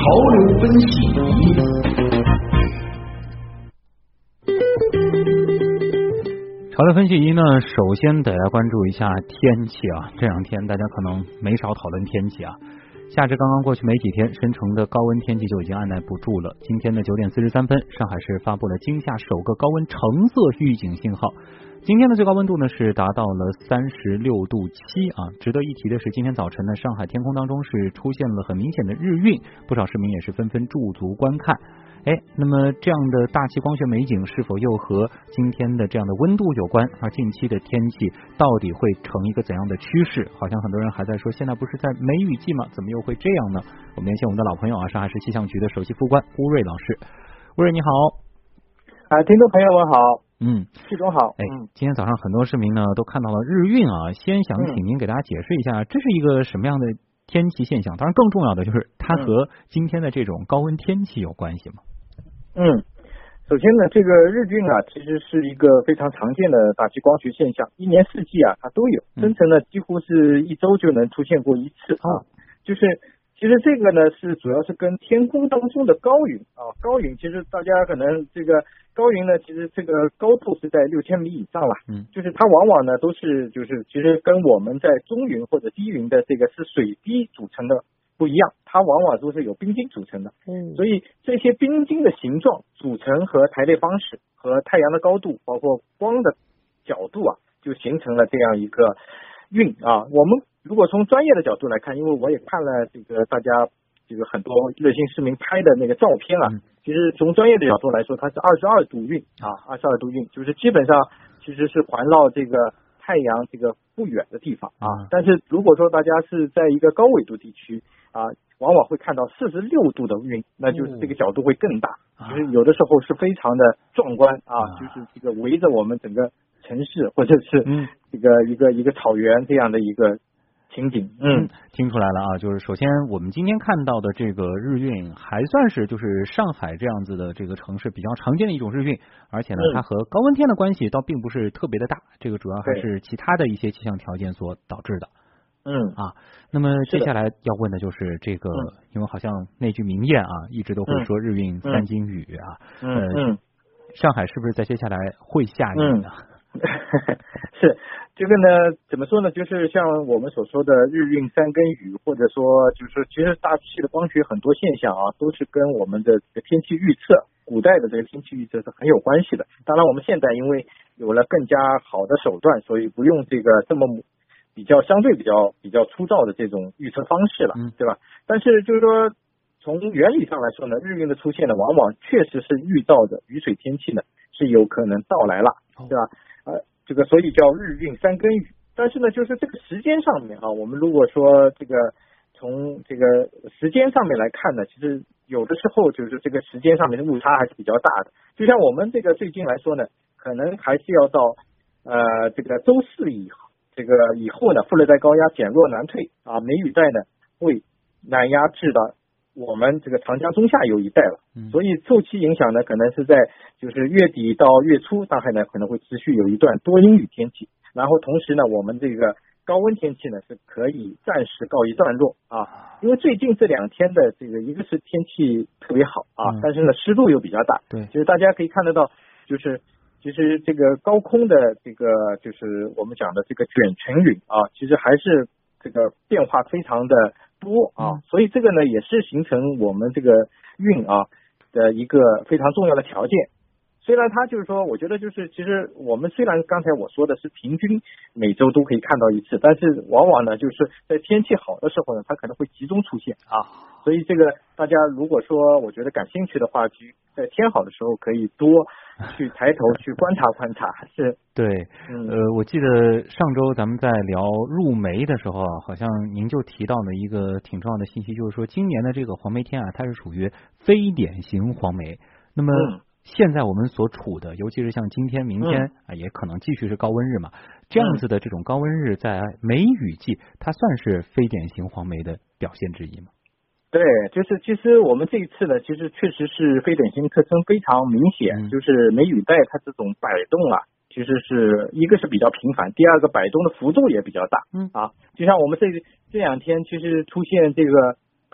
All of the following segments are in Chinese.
流分析仪。 潮流分析仪呢，首先得来关注一下天气啊。这两天大家可能没少讨论天气啊。夏至刚刚过去没几天，深成的高温天气就已经按耐不住了。今天的9点43分，上海市发布了今夏首个高温橙色预警信号。今天的最高温度呢是达到了36度7啊。值得一提的是，今天早晨呢，上海天空当中是出现了很明显的日晕，不少市民也是纷纷驻足观看。那么这样的大气光学美景是否又和今天的这样的温度有关？而近期的天气到底会成一个怎样的趋势？好像很多人还在说，现在不是在梅雨季吗？怎么又会这样呢？我们连线我们的老朋友啊，上海市气象局的首席副官乌瑞老师。乌瑞你好。 听众朋友们好。季总好。 今天早上很多市民呢都看到了日晕啊，先想请您给大家解释一下，这是一个什么样的天气现象？当然更重要的就是它和今天的这种高温天气有关系吗？ 首先呢，这个日晕啊，其实是一个非常常见的大气光学现象，一年四季啊它都有，深成呢几乎是一周就能出现过一次啊。就是其实这个呢是主要是跟天空当中的高云啊，高云其实大家可能这个高云呢，其实这个高度是在6000米以上了，就是它往往呢都是就是其实跟我们在中云或者低云的这个是水滴组成的不一样，它往往都是由冰晶组成的，所以这些冰晶的形状、组成和排列方式和太阳的高度，包括光的角度啊，就形成了这样一个晕啊。我们如果从专业的角度来看，因为我也看了这个大家这个很多热心市民拍的那个照片啊，其实从专业的角度来说，它是22度晕啊，22度晕，就是基本上其实是环绕这个太阳这个不远的地方啊。但是如果说大家是在一个高纬度地区啊，往往会看到46度的晕，那就是这个角度会更大，就是有的时候是非常的壮观啊，就是这个围着我们整个城市或者是这个一个草原这样的一个情景。 听出来了啊，就是首先我们今天看到的这个日晕还算是就是上海这样子的这个城市比较常见的一种日晕，而且呢它和高温天的关系倒并不是特别的大，这个主要还是其他的一些气象条件所导致的。那么接下来要问的就是这个，因为好像那句名谚啊，一直都会说日晕3斤雨啊。上海是不是在接下来会下雨呢？ 是这个呢，怎么说呢？就是像我们所说的日晕3根雨，或者说就是其实大气的光学很多现象啊，都是跟我们的这个天气预测，古代的这个天气预测是很有关系的。当然，我们现在因为有了更加好的手段，所以不用这个这么相对比较粗糙的这种预测方式了，对吧？但是就是说，从原理上来说呢，日晕的出现呢，往往确实是预兆着雨水天气呢是有可能到来了，对吧？这个所以叫日晕3根雨。但是呢，就是这个时间上面啊，我们如果说这个从这个时间上面来看呢，其实有的时候就是这个时间上面的误差还是比较大的。就像我们这个最近来说呢，可能还是要到这个周4以后呢，副热带高压减弱南退啊，梅雨带呢会南压至到我们这个长江中下游一带了，所以受其影响呢，可能是在就是月底到月初，上海呢可能会持续有一段多阴雨天气，然后同时呢，我们这个高温天气呢是可以暂时告一段落啊，因为最近这2天的这个一个是天气特别好啊，但是呢湿度又比较大，就是大家可以看得到，就是其实这个高空的这个就是我们讲的这个卷尘云啊，其实还是这个变化非常的多啊，所以这个呢也是形成我们这个晕啊的一个非常重要的条件。虽然它就是说，我觉得就是其实我们虽然刚才我说的是平均每周都可以看到一次，但是往往呢就是在天气好的时候呢，它可能会集中出现啊。所以这个大家如果说我觉得感兴趣的话，在天好的时候可以多去抬头去观察观察。是对，我记得上周咱们在聊入梅的时候啊，好像您就提到了一个挺重要的信息，就是说今年的这个黄梅天啊，它是属于非典型黄梅。那么现在我们所处的，尤其是像今天、明天啊，也可能继续是高温日嘛，这样子的这种高温日，在梅雨季，它算是非典型黄梅的表现之一吗？ 对，就是其实我们这一次呢，其实确实是非典型特征非常明显，就是梅雨带它这种摆动啊，其实是一个是比较频繁，第二个摆动的幅度也比较大啊。就像我们这2天其实出现这个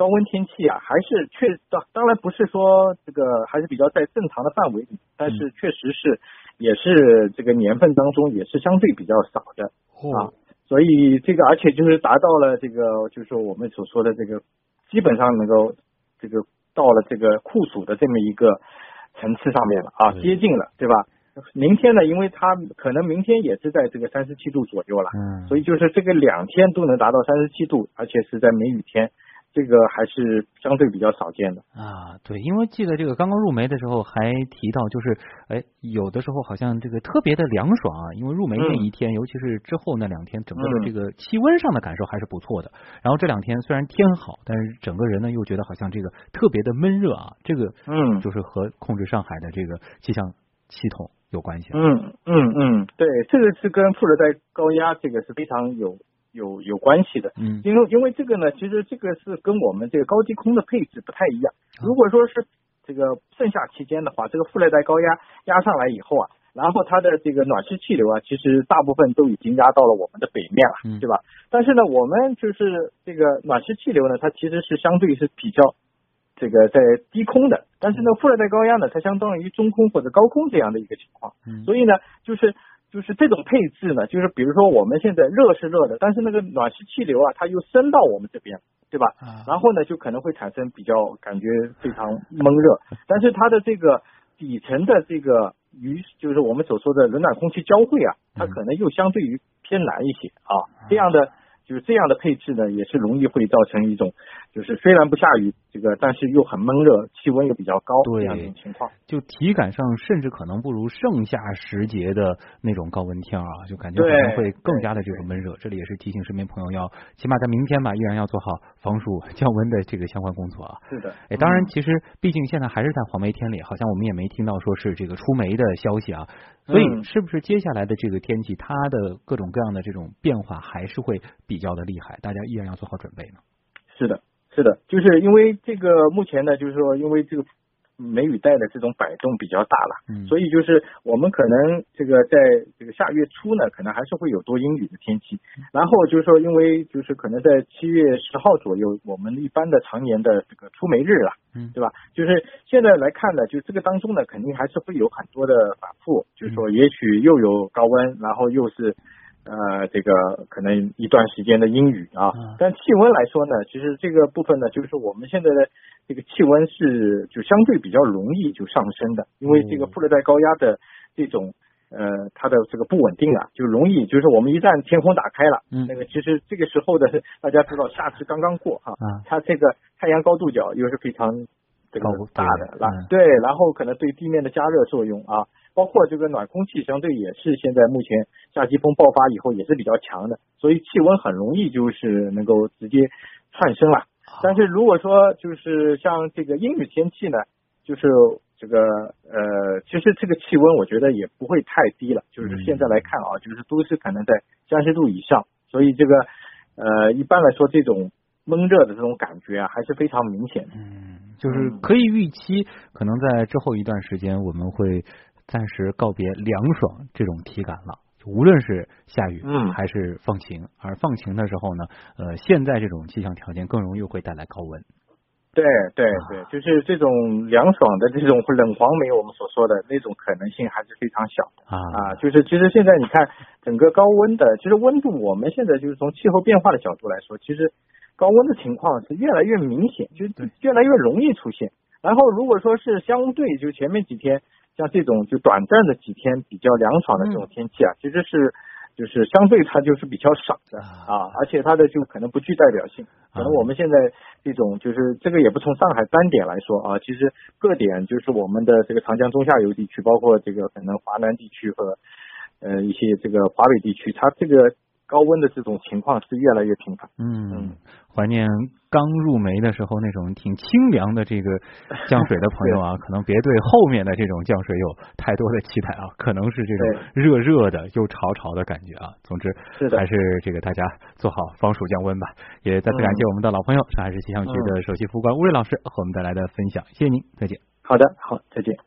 高温天气啊，还是当然不是说这个还是比较在正常的范围里，但是确实是也是这个年份当中也是相对比较少的啊，所以这个而且就是达到了这个就是我们所说的这个基本上能够这个到了这个酷暑的这么一个层次上面了啊，接近了，对吧？明天呢，因为它可能明天也是在这个37度左右了，所以就是这个2天都能达到37度，而且是在梅雨天，这个还是相对比较少见的啊。对，因为记得这个刚刚入梅的时候还提到，就是有的时候好像这个特别的凉爽啊，因为入梅那一天，尤其是之后那2天，整个的这个气温上的感受还是不错的。然后这2天虽然天好，但是整个人呢又觉得好像这个特别的闷热啊，这个就是和控制上海的这个气象系统有关系。 对，这个是跟副热带高压这个是非常有关系的。因为这个呢，其实这个是跟我们这个高低空的配置不太一样。如果说是这个盛夏期间的话，这个副热带高压压上来以后啊，然后它的这个暖湿气流啊，其实大部分都已经压到了我们的北面了，对吧？但是呢，我们就是这个暖湿气流呢，它其实是相对是比较这个在低空的，但是呢，副热带高压呢，它相当于中空或者高空这样的一个情况，所以呢，就是这种配置呢，就是比如说我们现在热是热的，但是那个暖湿气流啊，它又升到我们这边，对吧？然后呢，就可能会产生比较感觉非常闷热，但是它的这个底层的这个就是我们所说的冷暖空气交汇啊，它可能又相对于偏南一些啊，这样的配置呢，也是容易会造成一种，就是虽然不下雨，这个但是又很闷热，气温又比较高这样一种情况。 就体感上甚至可能不如盛夏时节的那种高温天啊，就感觉可能会更加的这个闷热。这里也是提醒身边朋友要，起码在明天吧，依然要做好防暑降温的这个相关工作啊。 是的。 当然，其实毕竟现在还是在黄梅天里，好像我们也没听到说是这个出梅的消息啊。所以是不是接下来的这个天气，它的各种各样的这种变化还是会比较的厉害？大家依然要做好准备呢。 是的，就是因为这个目前呢，就是说因为这个梅雨带的这种摆动比较大了，所以就是我们可能这个在这个下月初呢，可能还是会有多阴雨的天气。然后就是说，因为就是可能在7月10号左右，我们一般的常年的这个出梅日了，对吧？就是现在来看呢，就这个当中呢，肯定还是会有很多的反复，就是说也许又有高温，然后又是这个可能一段时间的阴雨啊，但气温来说呢，其实这个部分呢，就是我们现在的这个气温是就相对比较容易就上升的，因为这个副热带高压的这种它的这个不稳定啊，就容易就是我们一旦天空打开了，那个其实这个时候的大家知道夏至刚刚过哈，它这个太阳高度角又是非常这个大的，对，然后可能对地面的加热作用啊。包括这个暖空气相对也是现在目前夏季风爆发以后也是比较强的，所以气温很容易就是能够直接窜升了。但是如果说就是像这个阴雨天气呢，就是这个其实这个气温我觉得也不会太低了，就是现在来看啊，就是都是可能在30度以上，所以这个一般来说这种闷热的这种感觉啊还是非常明显的。 就是可以预期可能在之后一段时间我们会暂时告别凉爽这种体感了，无论是下雨还是放晴，而放晴的时候呢，现在这种气象条件更容易会带来高温。 对，就是这种凉爽的这种冷黄梅，我们所说的那种可能性还是非常小的啊。就是其实现在你看整个高温的，其实温度我们现在就是从气候变化的角度来说，其实高温的情况是越来越明显，就是越来越容易出现。然后如果说是相对就前面几天像这种就短暂的几天比较凉爽的这种天气啊，其实是就是相对它就是比较少的啊，而且它的就可能不具代表性。可能我们现在这种就是这个也不从上海单点来说啊，其实各点就是我们的这个长江中下游地区，包括这个可能华南地区和一些这个华北地区，它这个高温的这种情况是越来越频繁。 怀念刚入梅的时候那种挺清凉的这个降水的朋友啊，可能别对后面的这种降水有太多的期待啊，可能是这种热热的又潮潮的感觉啊。总之还是这个大家做好防暑降温吧。也再次感谢我们的老朋友上海市气象局的首席副官吴瑞老师和我们带来的分享，谢谢您，再见。 好的，好，再见。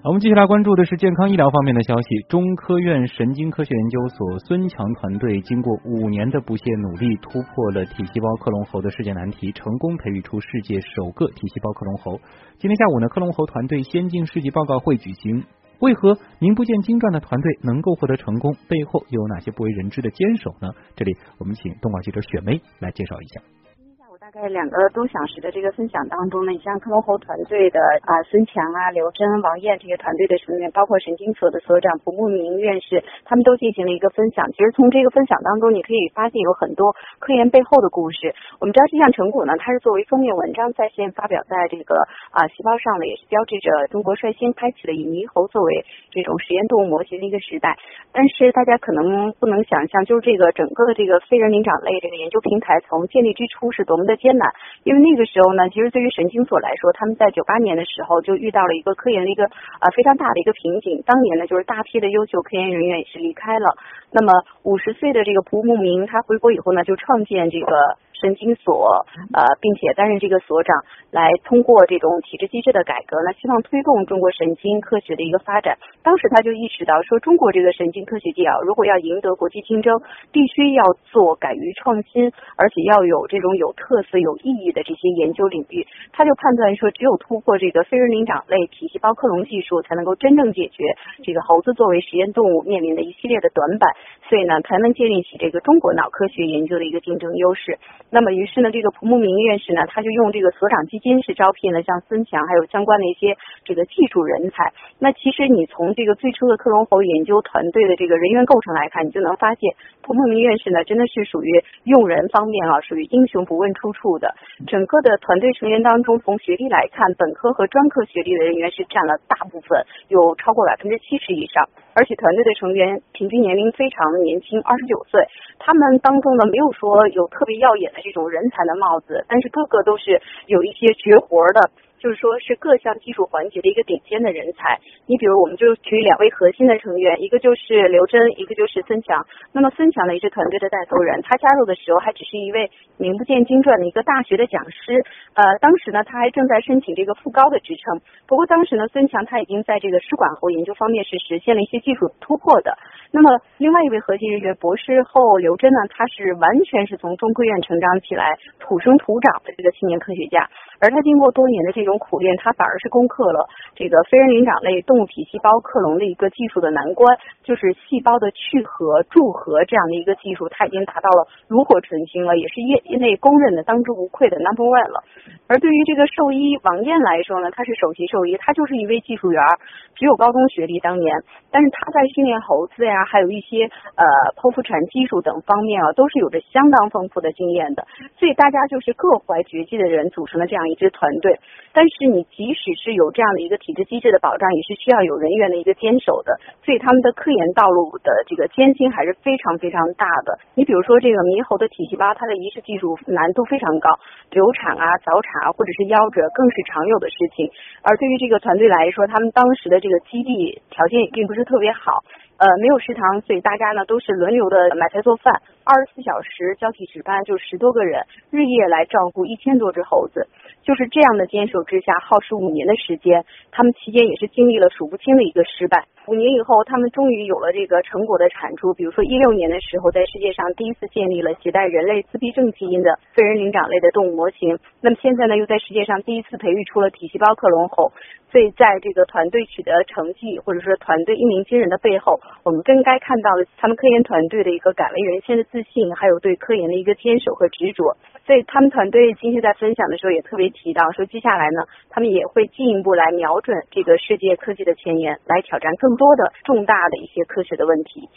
我们继续来关注的是健康医疗方面的消息。中科院神经科学研究所孙强团队经过5年的不懈努力，突破了体细胞克隆猴的世界难题，成功培育出世界首个体细胞克隆猴。今天下午呢，克隆猴团队先进事迹报告会举行。为何名不见经传的团队能够获得成功？背后又有哪些不为人知的坚守呢？这里我们请东广记者雪梅来介绍一下。 大概2个多小时的这个分享当中呢，你像克隆猴团队的孙强啊、刘真、王艳这些团队的成员，包括神经所的所长蒲慕明院士，他们都进行了一个分享。其实从这个分享当中，你可以发现有很多科研背后的故事。我们知道这项成果呢，它是作为封面文章在线发表在这个细胞上的，也是标志着中国率先开启了以猕猴作为这种实验动物模型的一个时代。但是大家可能不能想象，就是这个整个的这个非人灵长类这个研究平台从建立之初是多么的艰难。因为那个时候呢，其实对于神经所来说，他们在98年的时候就遇到了一个科研的一个非常大的一个瓶颈。当年呢，就是大批的优秀科研人员也是离开了。那么50岁的这个蒲慕明，他回国以后呢，就创建这个神经所，并且担任这个所长，来通过这种体制机制的改革呢，希望推动中国神经科学的一个发展。当时他就意识到说，中国这个神经科学界如果要赢得国际竞争，必须要做敢于创新，而且要有这种有特色、有意义的这些研究领域。他就判断说，只有突破这个非人灵长类体细胞克隆技术，才能够真正解决这个猴子作为实验动物面临的一系列的短板，所以呢，才能建立起这个中国脑科学研究的一个竞争优势。那么于是呢，这个蒲慕明院士呢，他就用这个所长基金是招聘了像孙强还有相关的一些这个技术人才。那其实你从这个最初的克隆猴研究团队的这个人员构成来看，你就能发现蒲慕明院士呢，真的是属于用人方面属于英雄不问出处的。整个的团队成员当中，从学历来看，本科和专科学历的人员是占了大部分，有超过70%以上。而且团队的成员平均年龄非常年轻，29岁。他们当中呢，没有说有特别耀眼的这种人才的帽子，但是个个都是有一些绝活的，就是说是各项技术环节的一个顶尖的人才。你比如我们就举2位核心的成员，一个就是刘真，一个就是孙强。那么孙强呢，也是团队的带头人，他加入的时候还只是一位名不见经传的一个大学的讲师，当时呢他还正在申请这个副高的职称。不过当时呢，孙强他已经在这个食管猴研究方面是实现了一些技术突破的。那么另外一位核心人员博士后刘真呢，他是完全是从中科院成长起来，土生土长的这个青年科学家。而他经过多年的这种苦练，他反而是攻克了这个非人灵长类动物体细胞克隆的一个技术的难关，就是细胞的去核、注核这样的一个技术，他已经达到了炉火纯青了，也是业内公认的当之无愧的 No.1 了。而对于这个兽医王艳来说呢，他是首席兽医，他就是一位技术员，只有高中学历当年，但是他在训练猴子呀，还有一些剖腹产技术等方面都是有着相当丰富的经验的。所以大家就是各怀绝技的人组成了这样一支团队。但是你即使是有这样的一个体制机制的保障，也是需要有人员的一个坚守的，所以他们的科研道路的这个艰辛还是非常非常大的。你比如说这个猕猴的体细胞，它的移植技术难度非常高，流产早产或者是夭折更是常有的事情。而对于这个团队来说，他们当时的这个基地条件也并不是特别好，没有食堂，所以大家呢都是轮流的买菜做饭，24小时交替值班，就10多个人日夜来照顾1000多只猴子。就是这样的坚守之下，耗时5年的时间，他们期间也是经历了数不清的一个失败。5年以后，他们终于有了这个成果的产出。比如说16年的时候，在世界上第一次建立了携带人类自闭症基因的非人灵长类的动物模型。那么现在呢，又在世界上第一次培育出了体细胞克隆猴。所以在这个团队取得成绩，或者说团队一鸣惊人的背后，我们更该看到的他们科研团队的一个敢为人先的自信，还有对科研的一个坚守和执着。所以他们团队今天在分享的时候也特别提到说，接下来呢，他们也会进一步来瞄准这个世界科技的前沿，来挑战更多的重大的一些科学的问题。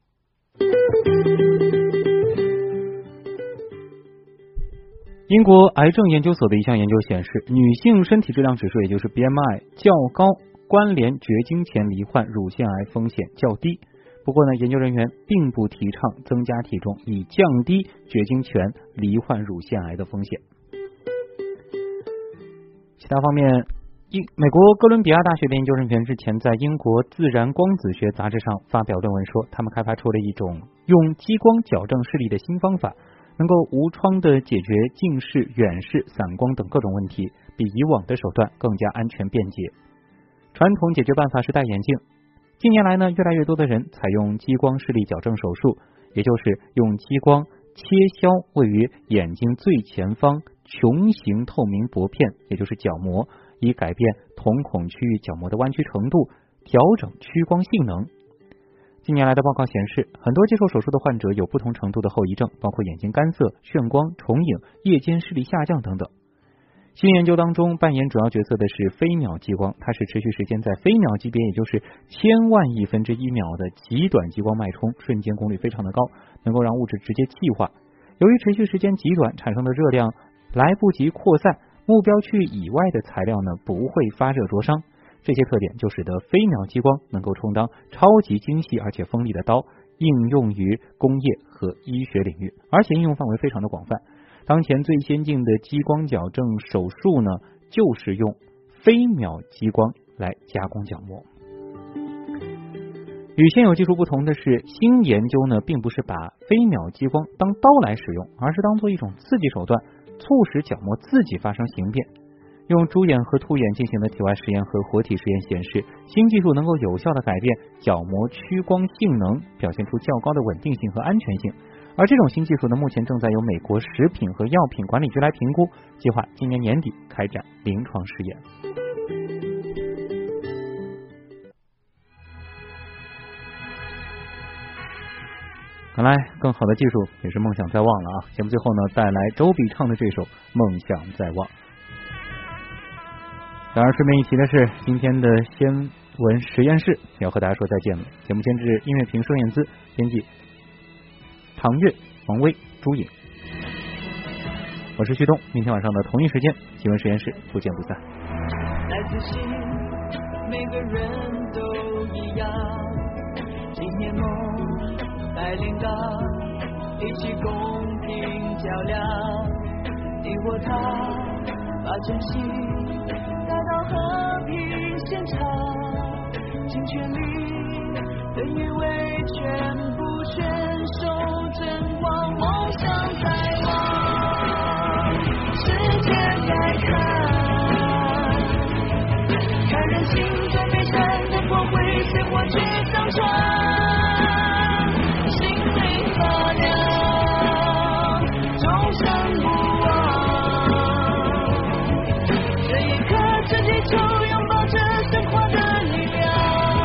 英国癌症研究所的一项研究显示，女性身体质量指数，也就是 BMI 较高，关联绝经前罹患乳腺癌风险较低。不过呢，研究人员并不提倡增加体重以降低绝经前罹患乳腺癌的风险。其他方面，美国哥伦比亚大学的研究人员日前在英国自然光子学杂志上发表论文说，他们开发出了一种用激光矫正视力的新方法，能够无创的解决近视、远视、散光等各种问题，比以往的手段更加安全便捷。 传统解决办法是戴眼镜，近年来呢，越来越多的人采用激光视力矫正手术，也就是用激光切削位于眼睛最前方穹形透明薄片，也就是角膜，以改变瞳孔区域角膜的弯曲程度，调整屈光性能。近年来的报告显示，很多接受手术的患者有不同程度的后遗症，包括眼睛干涩、眩光、重影、夜间视力下降等等。新研究当中扮演主要角色的是飞秒激光，它是持续时间在飞秒级别，也就是千万亿分之一秒的极短激光脉冲，瞬间功率非常的高，能够让物质直接气化。由于持续时间极短，产生的热量来不及扩散，目标区域以外的材料呢不会发热灼伤。这些特点就使得飞秒激光能够充当超级精细而且锋利的刀，应用于工业和医学领域，而且应用范围非常的广泛。当前最先进的激光矫正手术呢，就是用飞秒激光来加工角膜。与现有技术不同的是，新研究呢，并不是把飞秒激光当刀来使用，而是当做一种刺激手段，促使角膜自己发生形变。用猪眼和兔眼进行的体外实验和活体实验显示，新技术能够有效地改变角膜屈光性能，表现出较高的稳定性和安全性。而这种新技术呢，目前正在由美国食品和药品管理局来评估，计划今年年底开展临床试验。看来更好的技术也是梦想在望了啊！节目最后呢，带来周笔畅的这首《梦想在望》。然而顺便一提的是，今天的先文实验室要和大家说再见了。节目监制音乐评孙燕姿，编辑唐月、王威、朱颖，我是旭东。明天晚上的同一时间，新闻实验室不见不散。 来自信每个人都一样，今夜梦带领到一起公平较量，你或他把真心带到和平现场，尽全力等于为全部选手争光，梦想在望，世界在看，看人心中悲惨的光辉随火炬上传，心灵发亮，终身不忘，这一刻这地球拥抱着生活的力量，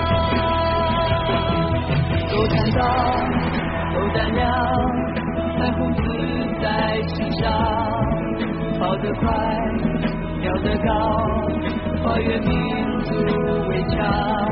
都看到都胆量，彩虹自在心上，跑得快，跳得高，跨越民族围墙。